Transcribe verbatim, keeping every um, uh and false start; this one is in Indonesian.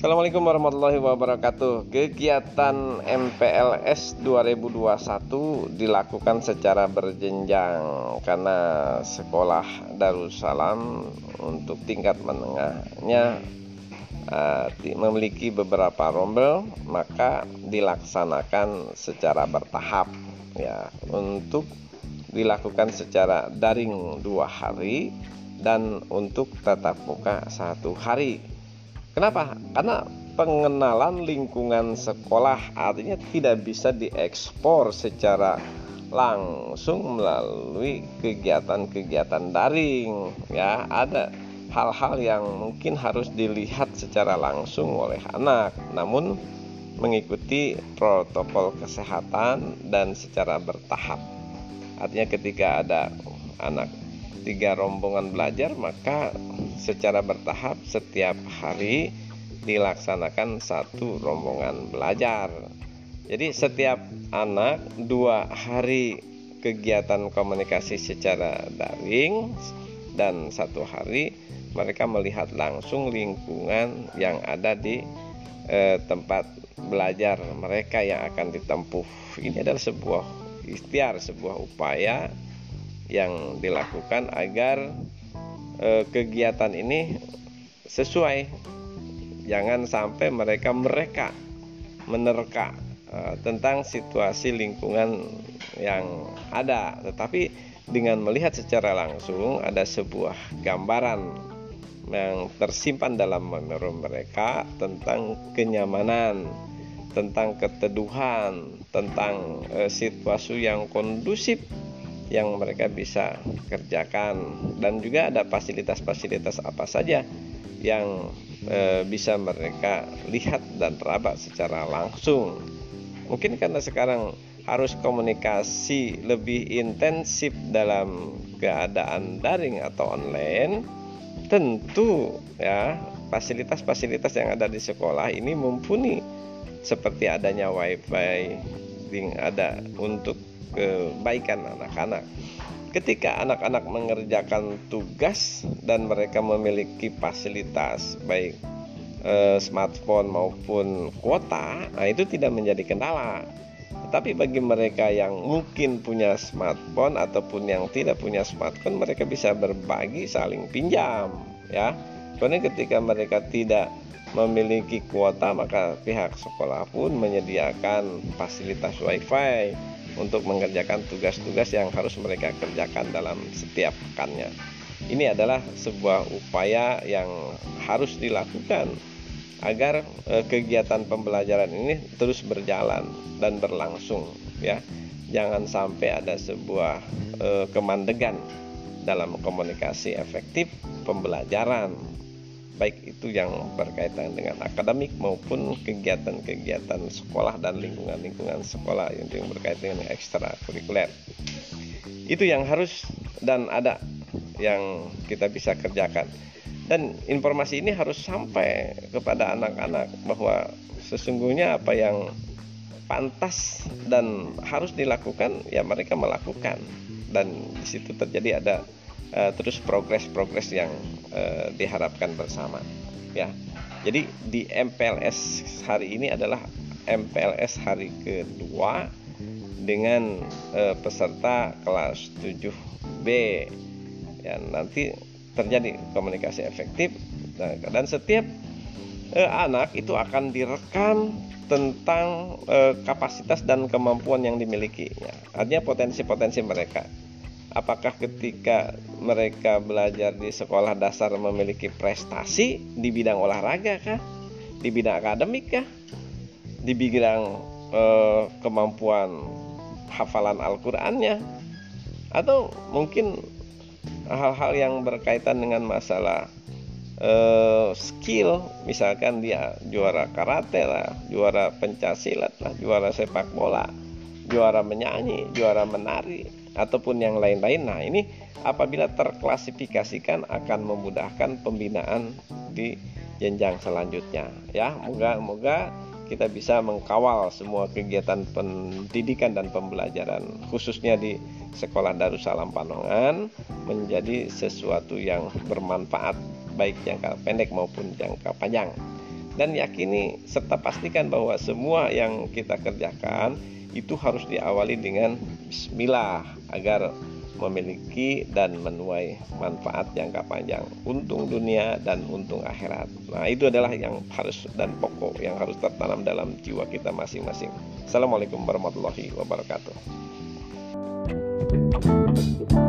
Assalamualaikum warahmatullahi wabarakatuh. Kegiatan M P L S dua ribu dua puluh satu dilakukan secara berjenjang karena sekolah Darussalam untuk tingkat menengahnya uh, memiliki beberapa rombel, maka dilaksanakan secara bertahap ya, untuk dilakukan secara daring dua hari dan untuk tatap muka satu hari. Kenapa? Karena pengenalan lingkungan sekolah artinya tidak bisa diekspor secara langsung melalui kegiatan-kegiatan daring ya. Ada hal-hal yang mungkin harus dilihat secara langsung oleh anak, namun mengikuti protokol kesehatan dan secara bertahap. Artinya ketika ada anak tiga rombongan belajar, maka secara bertahap setiap hari dilaksanakan satu rombongan belajar. Jadi setiap anak dua hari kegiatan komunikasi secara daring dan satu hari mereka melihat langsung lingkungan yang ada di eh, tempat belajar mereka yang akan ditempuh. Ini adalah sebuah ikhtiar, sebuah upaya yang dilakukan agar eh, kegiatan ini sesuai. Jangan sampai mereka mereka menerka eh, tentang situasi lingkungan yang ada, tetapi dengan melihat secara langsung ada sebuah gambaran yang tersimpan dalam memori mereka tentang kenyamanan, tentang keteduhan, tentang eh, situasi yang kondusif yang mereka bisa kerjakan, dan juga ada fasilitas-fasilitas apa saja yang e, bisa mereka lihat dan raba secara langsung. Mungkin karena sekarang harus komunikasi lebih intensif dalam keadaan daring atau online, tentu ya fasilitas-fasilitas yang ada di sekolah ini mumpuni, seperti adanya wifi, ada untuk kebaikan anak-anak. Ketika anak-anak mengerjakan tugas dan mereka memiliki fasilitas baik eh, smartphone maupun kuota, nah itu tidak menjadi kendala. Tetapi bagi mereka yang mungkin punya smartphone ataupun yang tidak punya smartphone, mereka bisa berbagi, saling pinjam ya. Karena ketika mereka tidak memiliki kuota, maka pihak sekolah pun menyediakan fasilitas wifi untuk mengerjakan tugas-tugas yang harus mereka kerjakan dalam setiap pekannya. Ini adalah sebuah upaya yang harus dilakukan agar eh, kegiatan pembelajaran ini terus berjalan dan berlangsung ya. Jangan sampai ada sebuah eh, kemandegan dalam komunikasi efektif pembelajaran, baik itu yang berkaitan dengan akademik maupun kegiatan-kegiatan sekolah dan lingkungan-lingkungan sekolah yang berkaitan dengan ekstrakurikuler. Itu yang harus dan ada yang kita bisa kerjakan. Dan informasi ini harus sampai kepada anak-anak bahwa sesungguhnya apa yang pantas dan harus dilakukan ya mereka melakukan, dan di situ terjadi ada Uh, terus progres-progres yang uh, diharapkan bersama ya. Jadi di M P L S hari ini adalah M P L S hari kedua dengan uh, peserta kelas tujuh B ya. Nanti terjadi komunikasi efektif dan, dan setiap uh, anak itu akan direkam tentang uh, kapasitas dan kemampuan yang dimilikinya. Artinya potensi-potensi mereka. Apakah ketika mereka belajar di sekolah dasar memiliki prestasi di bidang olahraga kah? Di bidang akademik kah? Di bidang eh, kemampuan hafalan Al-Qur'annya? Atau mungkin hal-hal yang berkaitan dengan masalah eh, skill, misalkan dia juara karate lah, juara pencaksilat lah, juara sepak bola, juara menyanyi, juara menari, ataupun yang lain-lain. Nah ini apabila terklasifikasikan akan memudahkan pembinaan di jenjang selanjutnya ya. Moga-moga kita bisa mengkawal semua kegiatan pendidikan dan pembelajaran khususnya di Sekolah Darussalam Panongan menjadi sesuatu yang bermanfaat baik jangka pendek maupun jangka panjang. dan yakini serta pastikan bahwa semua yang kita kerjakan itu harus diawali dengan bismillah agar memiliki dan menuai manfaat jangka panjang, untung dunia dan untung akhirat. Nah, itu adalah yang harus dan pokok yang harus tertanam dalam jiwa kita masing-masing. Assalamualaikum warahmatullahi wabarakatuh.